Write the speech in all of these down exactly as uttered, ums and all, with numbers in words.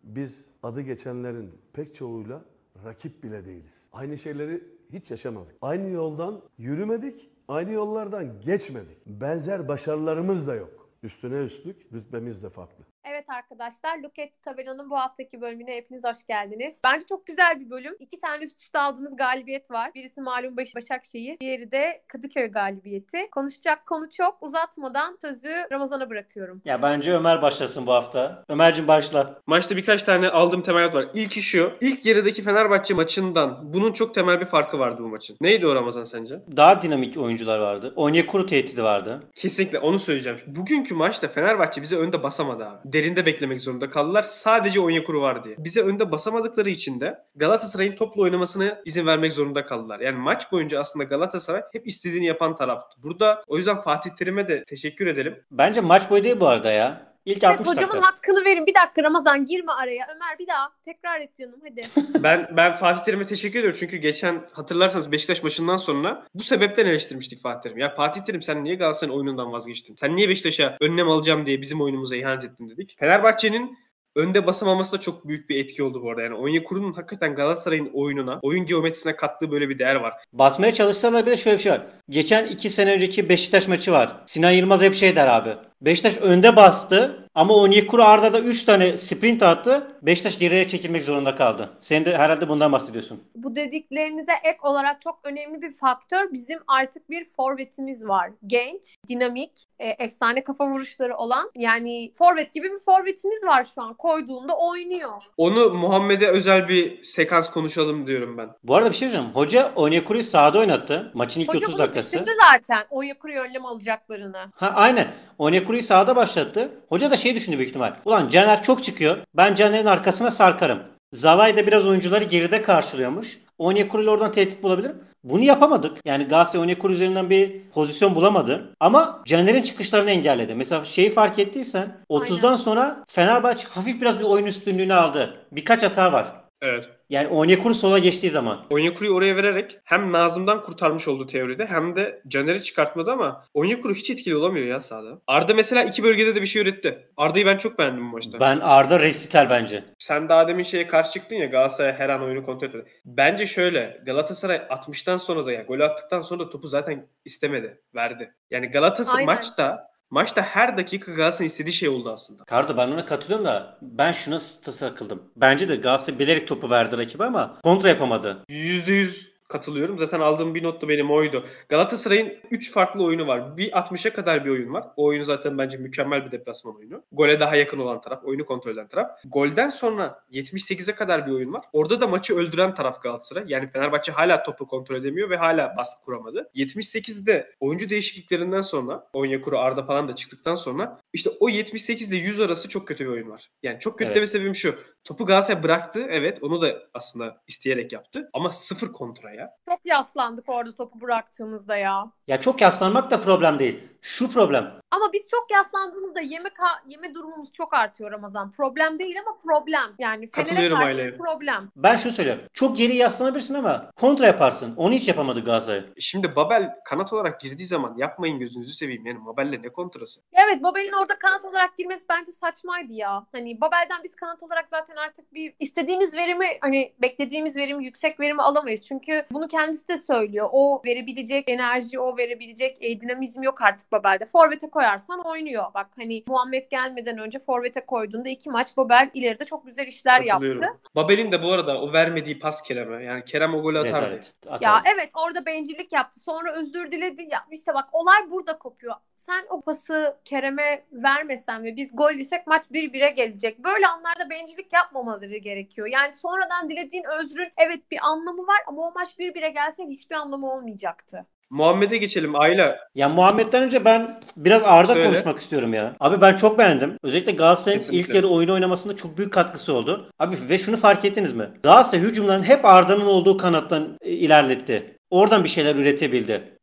Biz adı geçenlerin pek çoğuyla rakip bile değiliz. Aynı şeyleri hiç yaşamadık. Aynı yoldan yürümedik, aynı yollardan geçmedik. Benzer başarılarımız da yok. Üstüne üstlük rütbemiz de farklı. Evet arkadaşlar, Look at the Tabello'nun bu haftaki bölümüne hepiniz hoş geldiniz. Bence çok güzel bir bölüm. İki tane üst üste aldığımız galibiyet var. Birisi malum Başakşehir, diğeri de Kadıköy galibiyeti. Konuşacak konu çok. Uzatmadan sözü Ramazan'a bırakıyorum. Ya bence Ömer başlasın bu hafta. Ömerciğim başla. Maçta birkaç tane aldığım temel not var. İlki şu. İlk yarıdaki Fenerbahçe maçından bunun çok temel bir farkı vardı bu maçın. Neydi o Ramazan sence? Daha dinamik oyuncular vardı. Onyekuru tehdidi vardı. Kesinlikle onu söyleyeceğim. Bugünkü maçta Fenerbahçe bize önde basamadı abi. Derinde beklemek zorunda kaldılar. Sadece Onyekuru var diye. Bize önde basamadıkları için de Galatasaray'ın topla oynamasına izin vermek zorunda kaldılar. Yani maç boyunca aslında Galatasaray hep istediğini yapan taraftı. Burada o yüzden Fatih Terim'e de teşekkür edelim. Bence maç boyu değil bu arada ya. İlk Evet, altmış hocamın dakika. hakkını verin. Bir dakika Ramazan, girme araya. Ömer bir daha tekrar et canım, hadi. Ben ben Fatih Terim'e teşekkür ediyorum. Çünkü geçen hatırlarsanız Beşiktaş maçından sonra bu sebepten eleştirmiştik Fatih Terim. Ya Fatih Terim sen niye Galatasaray'ın oyunundan vazgeçtin? Sen niye Beşiktaş'a önlem alacağım diye bizim oyunumuza ihanet ettin dedik. Fenerbahçe'nin önde basamaması da çok büyük bir etki oldu bu arada. Yani Onyekuru'nun hakikaten Galatasaray'ın oyununa, oyun geometrisine kattığı böyle bir değer var. Basmaya çalışsalar bile şöyle bir şey var. Geçen iki sene önceki Beşiktaş maçı var. Sinan Yılmaz hep şey der abi. Beşiktaş önde bastı ama Onyekuru Arda'da üç tane sprint attı. Beşiktaş geriye çekilmek zorunda kaldı. Sen de herhalde bundan bahsediyorsun. Bu dediklerinize ek olarak çok önemli bir faktör. Bizim artık bir forvetimiz var. Genç, dinamik, e, efsane kafa vuruşları olan. Yani forvet gibi bir forvetimiz var şu an. Koyduğunda oynuyor. Onu Muhammed'e özel bir sekans konuşalım diyorum ben. Bu arada bir şey söyleyeceğim. Hoca Onyekuru'yu sahada oynattı. Maçın ilk Hoca otuz bunu dakikası. düşündü zaten. Onyekuru'yu önlem alacaklarını. Ha aynen. Onyekuru'yu sahada başlattı. Hoca da şey düşündü büyük ihtimal. Ulan Caner çok çıkıyor. Ben Caner'in arkasına sarkarım. Zalay da biraz oyuncuları geride karşılıyormuş. Onyekuru ile oradan tehdit bulabilirim. Bunu yapamadık. Yani Galatasaray Onyekuru üzerinden bir pozisyon bulamadı. Ama Caner'in çıkışlarını engelledi. Mesela şeyi fark ettiysen otuzdan Aynen. sonra Fenerbahçe hafif biraz bir oyun üstünlüğünü aldı. Birkaç hata var. Evet. Yani Onyekuru sola geçtiği zaman. Onyekuru'yu oraya vererek hem Nazım'dan kurtarmış oldu teoride hem de Caner'i çıkartmadı ama Onyekuru hiç etkili olamıyor ya sahada. Arda mesela iki bölgede de bir şey üretti. Arda'yı ben çok beğendim bu maçta. Ben Arda resital bence. Sen daha demin şeye karşı çıktın ya, Galatasaray her an oyunu kontrol ediyor. Bence şöyle, Galatasaray altmıştan sonra da ya golü attıktan sonra da topu zaten istemedi, verdi. Yani Galatasaray Aynen. maçta Maçta her dakika Galatasaray'ın istediği şey oldu aslında. Kardo ben ona katılıyorum da ben şuna st- takıldım. Bence de Galatasaray bilerek topu verdi rakibe ama kontra yapamadı. yüzde yüz katılıyorum. Zaten aldığım bir not da benim oydu. Galatasaray'ın üç farklı oyunu var. Bir altmışa kadar bir oyun var. O oyun zaten bence mükemmel bir deplasman oyunu. Gole daha yakın olan taraf, oyunu kontrol eden taraf. Golden sonra yetmiş sekize kadar bir oyun var. Orada da maçı öldüren taraf Galatasaray. Yani Fenerbahçe hala topu kontrol edemiyor ve hala baskı kuramadı. yetmiş sekizde oyuncu değişikliklerinden sonra, Onyekuru, Arda falan da çıktıktan sonra işte o yetmiş sekizde yüz arası çok kötü bir oyun var. Yani çok kötü Evet. deme sebebim şu. Topu Galatasaray bıraktı. Evet, onu da aslında isteyerek yaptı. Ama sıfır kontraya. Çok yaslandık orada topu bıraktığımızda ya. Ya çok yaslanmak da problem değil. Şu problem. Ama biz çok yaslandığımızda yeme, ka- yeme durumumuz çok artıyor Ramazan. Problem değil ama problem. Yani Fener'e Katılıyorum karşı Aileye. bir problem. Ben şunu söylüyorum. Çok geri yaslanabilirsin ama kontra yaparsın. Onu hiç yapamadı Galatasaray. Şimdi Babel kanat olarak girdiği zaman yapmayın gözünüzü seveyim. Yani Babel'le ne kontrası? Evet, Babel'in orada kanat olarak girmesi bence saçmaydı ya. Hani Babel'den biz kanat olarak zaten artık bir istediğimiz verimi, hani beklediğimiz verimi, yüksek verimi alamayız. Çünkü bunu kendisi de söylüyor. O verebilecek enerji, o verebilecek e, dinamizm yok artık Babel'de. Forvet'e koyarsan oynuyor. Bak hani Muhammed gelmeden önce Forvet'e koyduğunda iki maç Babel ileride çok güzel işler Katılıyorum. yaptı. Babel'in de bu arada o vermediği pas Kerem'e. Yani Kerem o golü atardı. Rezalet. Atar. Ya evet, orada bencillik yaptı. Sonra özür diledi. Ya işte bak, olay burada kopuyor. Sen o pası Kerem'e vermesen ve biz gol yesek maç bir bire gelecek. Böyle anlarda bencillik yapmamaları gerekiyor. Yani sonradan dilediğin özrün evet bir anlamı var ama o maç bir bire gelse hiçbir anlamı olmayacaktı. Muhammed'e geçelim Ayla. Ya Muhammed'den önce ben biraz Arda Söyle. konuşmak istiyorum ya. Abi ben çok beğendim. Özellikle Galatasaray'ın Kesinlikle. ilk yarı oyunu oynamasında çok büyük katkısı oldu. Abi ve şunu fark ettiniz mi? Galatasaray hücumlarını hep Arda'nın olduğu kanattan e, ilerletti. Oradan bir şeyler üretebildi.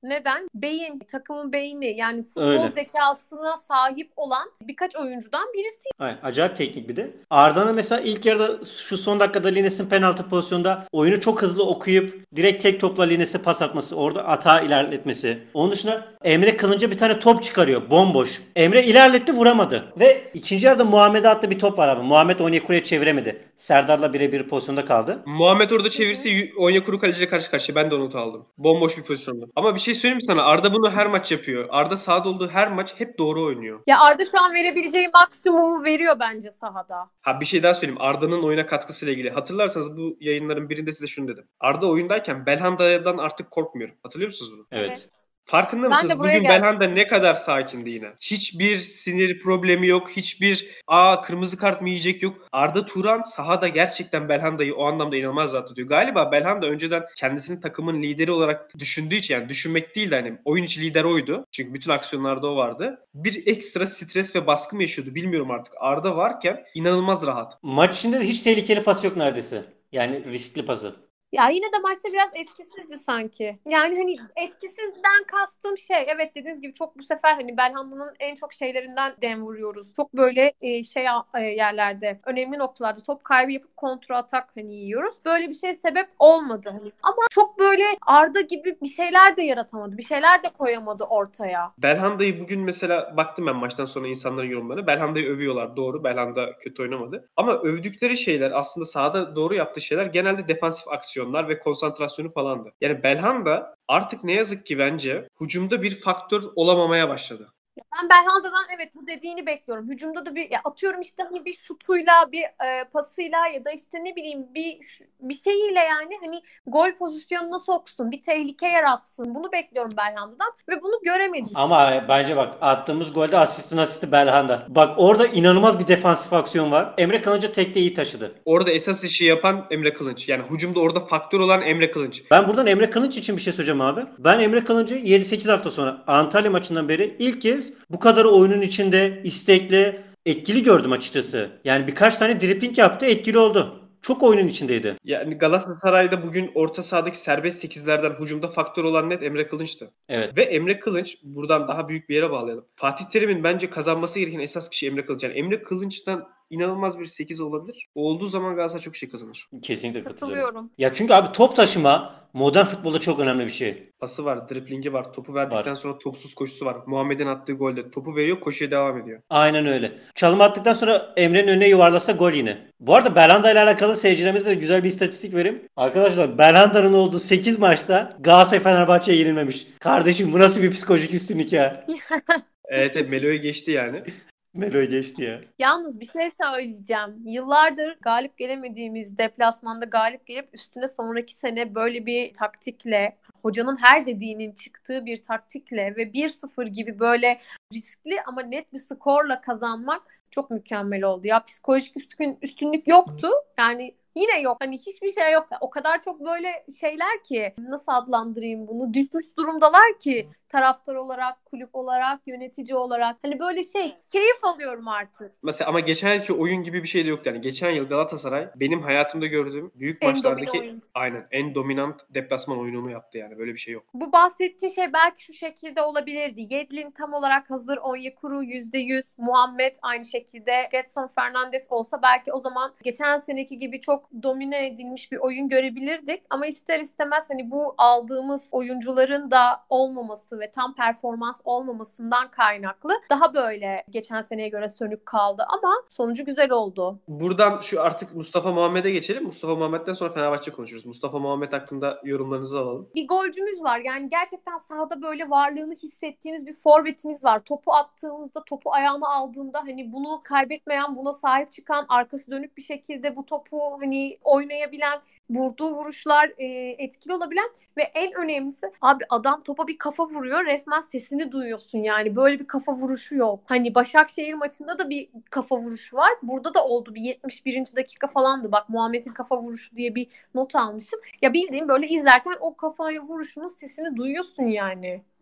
Neden? Beyin, takımın beyni yani futbol Öyle. zekasına sahip olan birkaç oyuncudan birisi. Aynen, acayip teknik bir de. Arda'nın mesela ilk yarıda şu son dakikada Lines'in penaltı pozisyonunda oyunu çok hızlı okuyup direkt tek topla Lines'e pas atması, orada atağı ilerletmesi. Onun dışında Emre Kılınç'a bir tane top çıkarıyor bomboş. Emre ilerletti, vuramadı. Ve ikinci yarıda Muhammed'e attığı bir top var abi. Muhammed Onyekuru'ya çeviremedi. Serdar'la birebir pozisyonda kaldı. Muhammed orada çevirse y- Onyekuru kaleciyle karşı karşıya. Ben de onu not aldım. Bomboş bir pozisyonda. Ama bir şey söyleyeyim mi sana? Arda bunu her maç yapıyor. Arda sahada olduğu her maç hep doğru oynuyor. Ya Arda şu an verebileceği maksimumu veriyor bence sahada. Ha bir şey daha söyleyeyim. Arda'nın oyuna katkısıyla ilgili. Hatırlarsanız bu yayınların birinde size şunu dedim. Arda oyundayken Belhanda'dan artık korkmuyorum. Hatırlıyor musunuz bunu? Evet. Farkında Ben mısınız? de buraya Bugün geldim. Belhanda ne kadar sakindi yine. Hiçbir sinir problemi yok. Hiçbir aa kırmızı kart mı yiyecek yok. Arda Turan sahada gerçekten Belhanda'yı o anlamda inanılmaz rahat tutuyor. Galiba Belhanda önceden kendisini takımın lideri olarak düşündüğü için, yani düşünmek değil de hani oyun içi lider oydu. Çünkü bütün aksiyonlarda o vardı. Bir ekstra stres ve baskı mı yaşıyordu bilmiyorum artık. Arda varken inanılmaz rahat. Maç içinde de hiç tehlikeli pas yok neredeyse. Yani riskli pası. Ya yine de maçta biraz etkisizdi sanki. Yani hani etkisizden kastım şey, evet dediğiniz gibi çok bu sefer hani Belhanda'nın en çok şeylerinden dem vuruyoruz. Çok böyle e, şey e, yerlerde, önemli noktalarda top kaybı yapıp kontra atak hani yiyoruz. Böyle bir şey sebep olmadı hani. Ama çok böyle Arda gibi bir şeyler de yaratamadı. Bir şeyler de koyamadı ortaya. Belhanda'yı bugün mesela baktım ben maçtan sonra insanların yorumlarına. Belhanda'yı övüyorlar. Doğru. Belhanda kötü oynamadı. Ama övdükleri şeyler aslında sahada doğru yaptığı şeyler genelde defansif aksiyonlar ve konsantrasyonu falandı. Yani Belhanda artık ne yazık ki bence hücumda bir faktör olamamaya başladı. Ben Belhanda'dan evet bu dediğini bekliyorum. Hücumda da bir ya atıyorum işte hani bir şutuyla, bir e, pasıyla ya da işte ne bileyim bir bir şeyiyle yani hani gol pozisyonuna soksun, bir tehlike yaratsın. Bunu bekliyorum Belhanda'dan ve bunu göremedim. Ama bence bak attığımız golde asistin asisti Belhanda. Bak orada inanılmaz bir defansif aksiyon var. Emre Kılınç'ı tekte iyi taşıdı. Orada esas işi yapan Emre Kılınç. Yani hücumda orada faktör olan Emre Kılınç. Ben buradan Emre Kılınç için bir şey söyleyeceğim abi. Ben Emre Kılınç'ı yedi sekiz hafta sonra Antalya maçından beri ilk kez bu kadar oyunun içinde istekli, etkili gördüm açıkçası. Yani birkaç tane dribling yaptı, etkili oldu. Çok oyunun içindeydi. Yani Galatasaray'da bugün orta sahadaki serbest sekizlerden hücumda faktör olan net Emre Kılınç'tı. Evet. Ve Emre Kılınç buradan daha büyük bir yere bağlayalım. Fatih Terim'in bence kazanması gereken esas kişi Emre Kılınç. Yani Emre Kılınç'tan inanılmaz bir sekiz olabilir. O olduğu zaman Galatasaray çok şey kazanır. Kesinlikle katılıyorum. Katılıyorum. Ya çünkü abi top taşıma modern futbolda çok önemli bir şey. Pası var, driblingi var, topu verdikten Var. sonra topsuz koşusu var. Muhammed'in attığı golde topu veriyor, koşuya devam ediyor. Aynen öyle. Çalım attıktan sonra Emre'nin önüne yuvarlasa gol yine. Bu arada Belhanda ile alakalı seyircilerimize de güzel bir istatistik vereyim. Arkadaşlar Belhanda'nın olduğu sekiz maçta Galatasaray Fenerbahçe'ye yenilmemiş. Kardeşim bu nasıl bir psikolojik üstünlük ya? Evet, evet Melo'yu geçti yani. Melo'yu geçti ya. Yalnız bir şey söyleyeceğim. Yıllardır galip gelemediğimiz deplasmanda galip gelip üstüne sonraki sene böyle bir taktikle, hocanın her dediğinin çıktığı bir taktikle ve bir sıfır gibi böyle riskli ama net bir skorla kazanmak çok mükemmel oldu. Ya psikolojik üstün, üstünlük yoktu. Yani yine yok. Hani hiçbir şey yok. O kadar çok böyle şeyler ki nasıl adlandırayım bunu? Düşmüş durumdalar ki taraftar olarak, kulüp olarak, yönetici olarak. Hani böyle şey keyif alıyorum artık. Mesela ama geçen yılki oyun gibi bir şey de yoktu. Yani geçen yıl Galatasaray benim hayatımda gördüğüm büyük En maçlardaki domine oyun. aynen en dominant deplasman oyununu yaptı yani. Böyle bir şey yok. Bu bahsettiği şey belki şu şekilde olabilirdi. Yedlin tam olarak hazır, Onyekuru yüzde yüz, Muhammed aynı şekilde, Gedson Fernandes olsa belki o zaman geçen seneki gibi çok domine edilmiş bir oyun görebilirdik. Ama ister istemez hani bu aldığımız oyuncuların da olmaması ve tam performans olmamasından kaynaklı daha böyle geçen seneye göre sönük kaldı ama sonucu güzel oldu. Buradan şu artık Mustafa Muhammed'e geçelim. Mustafa Muhammed'den sonra Fenerbahçe konuşuruz. Mustafa Muhammed hakkında yorumlarınızı alalım. Bir golcümüz var. Yani gerçekten sahada böyle varlığını hissettiğimiz bir forvetimiz var. Topu attığımızda, topu ayağına aldığında hani bunu kaybetmeyen, buna sahip çıkan, arkası dönük bir şekilde bu topu hani oynayabilen, vurduğu vuruşlar e, etkili olabilen ve en önemlisi abi adam topa bir kafa vuruyor, resmen sesini duyuyorsun yani böyle bir kafa vuruşu yok. Hani Başakşehir maçında da bir kafa vuruşu var. Burada da oldu bir yetmiş birinci dakika falandı. Bak Muhammed'in kafa vuruşu diye bir not almışım. Ya bildiğin böyle izlerken o kafaya vuruşunun sesini duyuyorsun yani.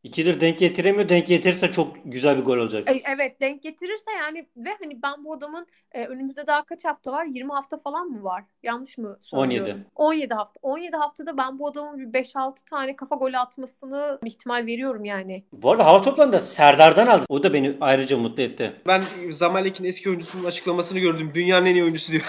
İkidir denk getiremiyor. Denk getirirse çok güzel bir gol olacak. E, Evet, denk getirirse yani ve hani ben bu adamın e, önümüzde daha kaç hafta var? yirmi hafta falan mı var? Yanlış mı on söylüyorum? yedi. on yedi hafta. on yedi haftada ben bu adamın bir beş altı tane kafa golü atmasını ihtimal veriyorum yani. Bu arada hava toplarında Serdar'dan aldı. O da beni ayrıca mutlu etti. Ben Zamalek'in eski oyuncusunun açıklamasını gördüm. Dünyanın en iyi oyuncusu diyor.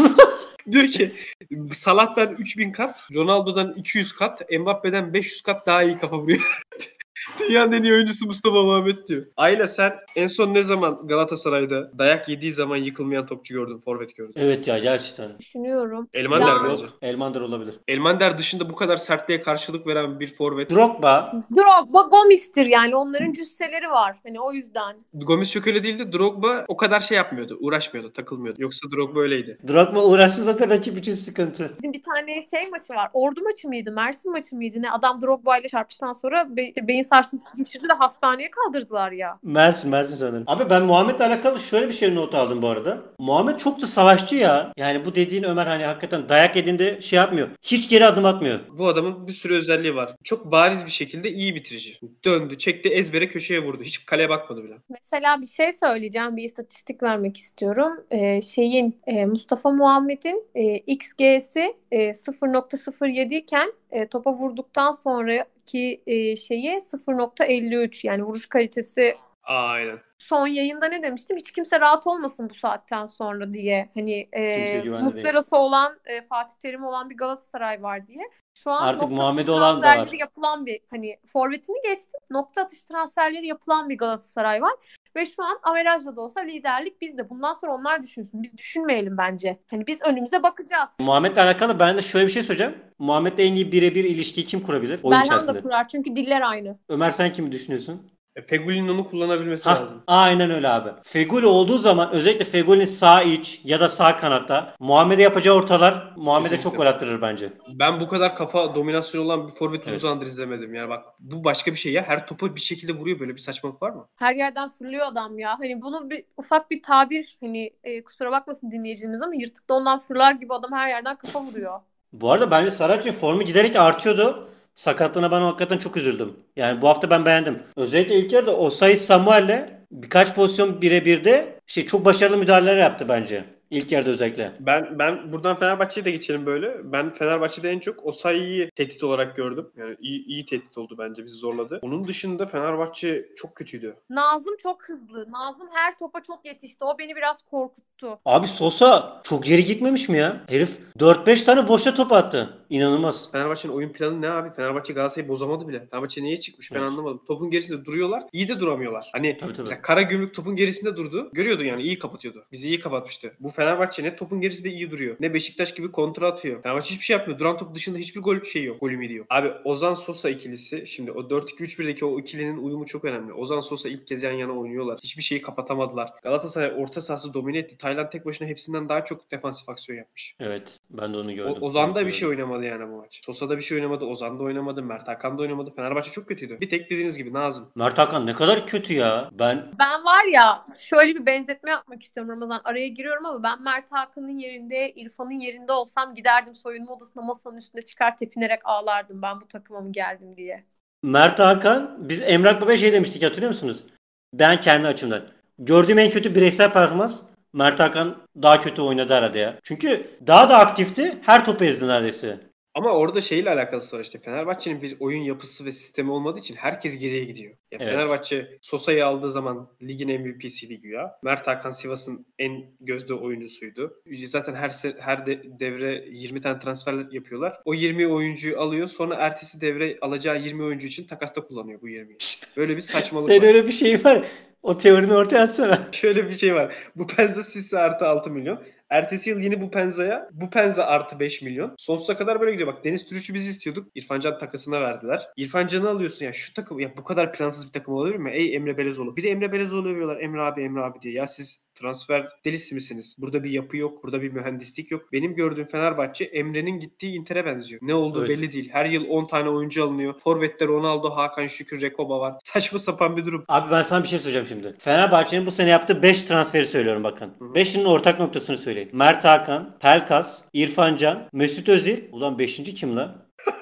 Diyor ki Salah'tan üç bin kat, Ronaldo'dan iki yüz kat, Mbappe'den beş yüz kat daha iyi kafa vuruyor. Dünyanın en iyi oyuncusu Mustafa Muhammed diyor. Ayla sen en son ne zaman Galatasaray'da dayak yediği zaman yıkılmayan topçu gördün, forvet gördün? Evet ya gerçekten. Düşünüyorum. Elmander Ya- bence. Yok. Elmander olabilir. Elmander dışında bu kadar sertliğe karşılık veren bir forvet. Drogba. Drogba, Gomis'tir yani. Onların cüsseleri var. Hani o yüzden. Gomis çok öyle değildi. Drogba o kadar şey yapmıyordu. Uğraşmıyordu. Takılmıyordu. Yoksa Drogba öyleydi. Drogba uğraşsız zaten rakip için sıkıntı. Bizim bir tane şey maçı var. Ordu maçı mıydı? Mersin maçı mıydı? Ne? Adam Drogba ile çarpıştıktan sonra be- beyin sarsıntısı geçirdi de hastaneye kaldırdılar ya. Mersin, Mersin sanırım. Abi ben Muhammed'le alakalı şöyle bir şey not aldım bu arada. Muhammed çok da savaşçı ya. Yani bu dediğin Ömer hani hakikaten dayak yediğinde şey yapmıyor. Hiç geri adım atmıyor. Bu adamın bir sürü özelliği var. Çok bariz bir şekilde iyi bitirici. Döndü, çekti, ezbere köşeye vurdu. Hiç kaleye bakmadı bile. Mesela bir şey söyleyeceğim. Bir istatistik vermek istiyorum. Ee, şeyin e, Mustafa Muhammed'in e, X G'si e, sıfır nokta sıfır yedi iken e, topa vurduktan sonraki e, şeyi sıfır nokta elli üç, yani vuruş kalitesi. Aynen. Son yayında ne demiştim? Hiç kimse rahat olmasın bu saatten sonra diye. Hani Kimse e, güvende değil. Muslera'sı olan, e, Fatih Terim olan bir Galatasaray var diye. Şu an Artık nokta Muhammed atışı olan da transferleri var. yapılan bir, hani forvetini geçtim. Nokta atış transferleri yapılan bir Galatasaray var. Ve şu an averajla da olsa liderlik bizde. Bundan sonra onlar düşünsün. Biz düşünmeyelim bence. Hani biz önümüze bakacağız. Muhammed'le alakalı ben de şöyle bir şey söyleyeceğim. Muhammed'le en iyi birebir ilişkiyi kim kurabilir oyun Belhanda içerisinde? kurar çünkü diller aynı. Ömer sen kimi düşünüyorsun? E, Fegüli'nin onu kullanabilmesi Hah, lazım. aynen öyle abi. Feguli olduğu zaman özellikle Feguli'nin sağ iç ya da sağ kanatta Muhammed'e yapacağı ortalar Muhammed'e çok Kesinlikle. gol attırır bence. Ben bu kadar kafa dominasyonu olan bir forvet uzun Evet. zamandır izlemedim. Yani bak bu başka bir şey ya. Her topu bir şekilde vuruyor. Böyle bir saçmalık var mı? Her yerden fırlıyor adam ya. Hani bunu bir ufak bir tabir, hani e, kusura bakmasın dinleyicimiz ama yırtıkta ondan fırlar gibi adam her yerden kafa vuruyor. Bu arada bence Saracchi'nin formu giderek artıyordu. Sakatlığına ben hakikaten çok üzüldüm. Yani bu hafta ben beğendim. Özellikle ilk yarıda Osayi Samuel'le birkaç pozisyon birebirde şey çok başarılı müdahaleler yaptı bence. İlk yarıda özellikle. Ben ben buradan Fenerbahçe'ye de geçelim böyle. Ben Fenerbahçe'de en çok Osayi'yi tehdit olarak gördüm. Yani iyi, iyi tehdit oldu bence. Bizi zorladı. Onun dışında Fenerbahçe çok kötüydü. Nazım çok hızlı. Nazım her topa çok yetişti. O beni biraz korkuttu. Abi Sosa çok geri gitmemiş mi ya? Herif dört beş tane boşa top attı. İnanılmaz. Fenerbahçe'nin oyun planı ne abi? Fenerbahçe Galatasaray'ı bozamadı bile. Fenerbahçe niye çıkmış ben Evet. anlamadım. Topun gerisinde duruyorlar. İyi de duramıyorlar. Hani Tabii, tabii. mesela Karagümrük topun gerisinde durdu. Görüyordun yani iyi kapatıyordu. Bizi iyi kapatmıştı. Bu Fenerbahçe ne topun gerisinde iyi duruyor. Ne Beşiktaş gibi kontra atıyor. Fenerbahçe hiçbir şey yapmıyor. Duran top dışında hiçbir gol şey yok. Gol ümidi yok. Abi Ozan Sosa ikilisi. Şimdi o dört iki üç birdeki o ikilinin uyumu çok önemli. Ozan Sosa ilk kez yan yana oynuyorlar. Hiçbir şeyi kapatamadılar. Galatasaray orta sahası domine etti. Tayland tek başına hepsinden daha çok defansif aksiyon yapmış. Evet ben de onu O, gördüm. Ozan da Evet, bir şey gördüm. oynamadı yani bu maç. Sosa da bir şey oynamadı. Ozan da oynamadı. Mert Hakan da oynamadı. Fenerbahçe çok kötüydü. Bir tek dediğiniz gibi Nazım. Mert Hakan ne kadar kötü ya. Ben Ben var ya şöyle bir benzetme yapmak istiyorum Ramazan. Araya giriyorum ama ben Mert Hakan'ın yerinde, İrfan'ın yerinde olsam giderdim soyunma odasına masanın üstünde çıkar tepinerek ağlardım. Ben bu takıma mı geldim diye. Mert Hakan biz Emrah Baba'ya şey demiştik hatırlıyor musunuz? Ben kendi açımdan. Gördüğüm en kötü bireysel performans Mert Hakan daha kötü oynadı herhalde ya. Çünkü daha da aktifti. Her topu ezdi neredeyse. Ama orada şeyle alakası var işte. Fenerbahçe'nin bir oyun yapısı ve sistemi olmadığı için herkes geriye gidiyor. Ya Evet. Fenerbahçe Sosa'yı aldığı zaman ligin M V P'siydi güya. Mert Hakan Sivas'ın en gözde oyuncusuydu. Zaten her se- her de- devre yirmi tane transfer yapıyorlar. O yirmi oyuncuyu alıyor. Sonra ertesi devre alacağı yirmi oyuncu için takasta kullanıyor bu yirmiyi. Böyle bir saçmalık Senin var. öyle bir şey var. O teorini ortaya atsana. Şöyle bir şey var. Bu Penza Sisse artı altı milyon. Ertesi yıl yeni bu Penza'ya bu Penza artı beş milyon. Sonsuza kadar böyle gidiyor. Bak Deniz Türüç'ü biz istiyorduk. İrfan Can takasına verdiler. İrfan Can'ı alıyorsun ya şu takım ya bu kadar plansız bir takım olabilir mi? Ey Emre Belezoğlu. Bir de Emre Belezoğlu övüyorlar. Emre abi Emre abi diye. Ya siz transfer delisi misiniz? Burada bir yapı yok. Burada bir mühendislik yok. Benim gördüğüm Fenerbahçe Emre'nin gittiği Inter'e benziyor. Ne olduğu Evet. belli değil. Her yıl on tane oyuncu alınıyor. Forvet'te Ronaldo, Hakan Şükür, Rekoba var. Saçma sapan bir durum. Abi ben sana bir şey söyleyeceğim şimdi. Fenerbahçe'nin bu sene yaptığı beş transferi söylüyorum bakın. beşinin ortak noktasını söyleyeyim. Mert Hakan, Pelkas, İrfan Can, Mesut Özil. Ulan beşinci kim la?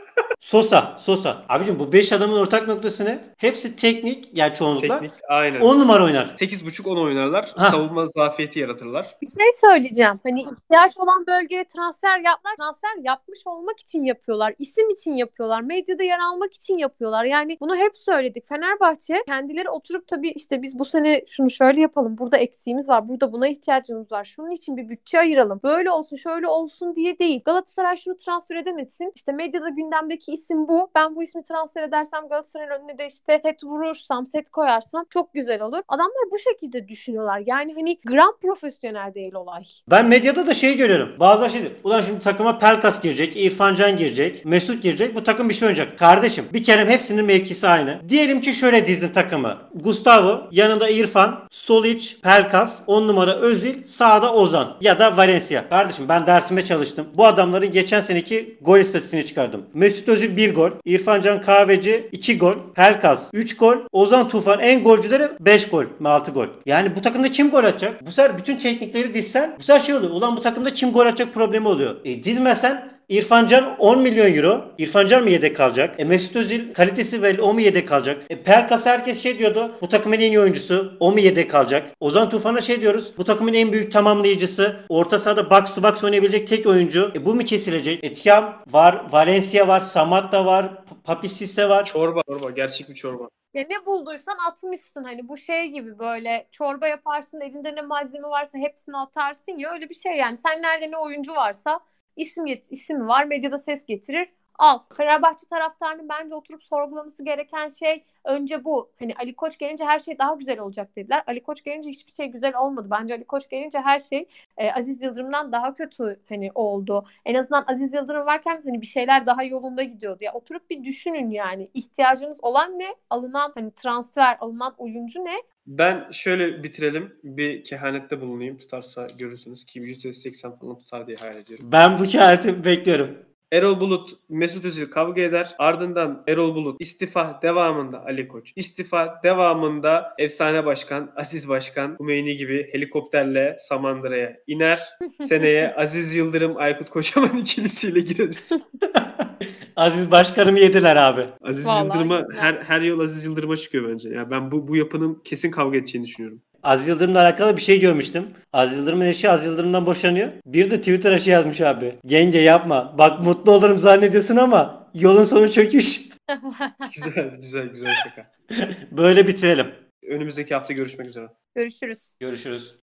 Sosa, Sosa. Abicim bu beş adamın ortak noktası ne? Hepsi teknik, yani çoğunlukla. Teknik aynen. on numara oynar. sekiz buçuk on oynarlar. Ha. Savunma zafiyeti yaratırlar. Bir şey söyleyeceğim. Hani ihtiyaç olan bölgeye transfer yaptılar. Transfer yapmış olmak için yapıyorlar. İsim için yapıyorlar. Medyada yer almak için yapıyorlar. Yani bunu hep söyledik. Fenerbahçe kendileri oturup tabii işte biz bu sene şunu şöyle yapalım. Burada eksiğimiz var. Burada buna ihtiyacımız var. Şunun için bir bütçe ayıralım. Böyle olsun, şöyle olsun diye değil. Galatasaray şunu transfer edemesin. İşte medyada gündemdeki isim bu. Ben bu ismi transfer edersem Galatasaray'ın önüne de işte set vurursam, set koyarsam çok güzel olur. Adamlar bu şekilde düşünüyorlar. Yani hani gram profesyonel değil olay. Ben medyada da şey görüyorum. Bazıları şey diyor. Ulan şimdi takıma Pelkas girecek, İrfan Can girecek, Mesut girecek. Bu takım bir şey oynayacak. Kardeşim bir kere hepsinin mevkisi aynı. Diyelim ki şöyle dizdin takımı. Gustavo, yanında İrfan, Solic, Pelkas, on numara Özil, sağda Ozan ya da Valencia. Kardeşim ben dersime çalıştım. Bu adamların geçen seneki gol istatistiğini çıkardım. Mesut Özil bir gol, İrfan Can Kahveci iki gol, Pelkas üç gol, Ozan Tufan en golcüleri beş gol, altı gol. Yani bu takımda kim gol atacak? Bu sefer bütün teknikleri dizsen bu sefer şey oluyor. Ulan bu takımda kim gol atacak problemi oluyor. E dizmesen İrfan Can on milyon euro. İrfan Can mı yedek kalacak? E Mesut Özil kalitesi belli, o mu yedek kalacak? E Pelkas herkes şey diyordu. Bu takımın en iyi oyuncusu. O mu yedek kalacak? Ozan Tufan'a şey diyoruz. Bu takımın en büyük tamamlayıcısı. Orta sahada box to box oynayabilecek tek oyuncu. E bu mu kesilecek? E Thiam var. Valencia var. Samatta var. Papi Cisse var. Çorba, çorba. Gerçek bir çorba. Ya ne bulduysan atmışsın, hani bu şey gibi, böyle çorba yaparsın, elinde ne malzeme varsa hepsini atarsın ya, öyle bir şey yani. Sen nerede ne oyuncu varsa isim get isim var, medyada ses getirir, al. Fenerbahçe taraftarının bence oturup sorgulaması gereken şey önce bu. Hani Ali Koç gelince her şey daha güzel olacak dediler. Ali Koç gelince hiçbir şey güzel olmadı. Bence Ali Koç gelince her şey e, Aziz Yıldırım'dan daha kötü hani oldu. En azından Aziz Yıldırım varken hani bir şeyler daha yolunda gidiyordu. Ya oturup bir düşünün yani. İhtiyacınız olan ne? Alınan hani transfer, alınan oyuncu ne? Ben şöyle bitirelim. Bir kehanette bulunayım. Tutarsa görürsünüz ki yüzde seksen falan tutar diye hayal ediyorum. Ben bu kehaneti bekliyorum. Erol Bulut, Mesut Özil kavga eder. Ardından Erol Bulut istifa devamında Ali Koç. İstifa devamında efsane başkan, Aziz Başkan, Hümeyni gibi helikopterle Samandıra'ya iner. Seneye Aziz Yıldırım, Aykut Kocaman ikilisiyle gireriz. Aziz Başkanımı yediler abi. Aziz Vallahi Yıldırım'a yediler. her her yol Aziz Yıldırım'a çıkıyor bence. Ya ben bu bu yapının kesin kavga edeceğini düşünüyorum. Aziz Yıldırım'la alakalı bir şey görmüştüm. Aziz Yıldırım'ın eşi Aziz Yıldırım'dan boşanıyor. Bir de Twitter'a şey yazmış abi. Yenge yapma. Bak mutlu olurum zannediyorsun ama yolun sonu çöküş. Güzel, güzel, güzel şaka. Böyle bitirelim. Önümüzdeki hafta görüşmek üzere. Görüşürüz. Görüşürüz.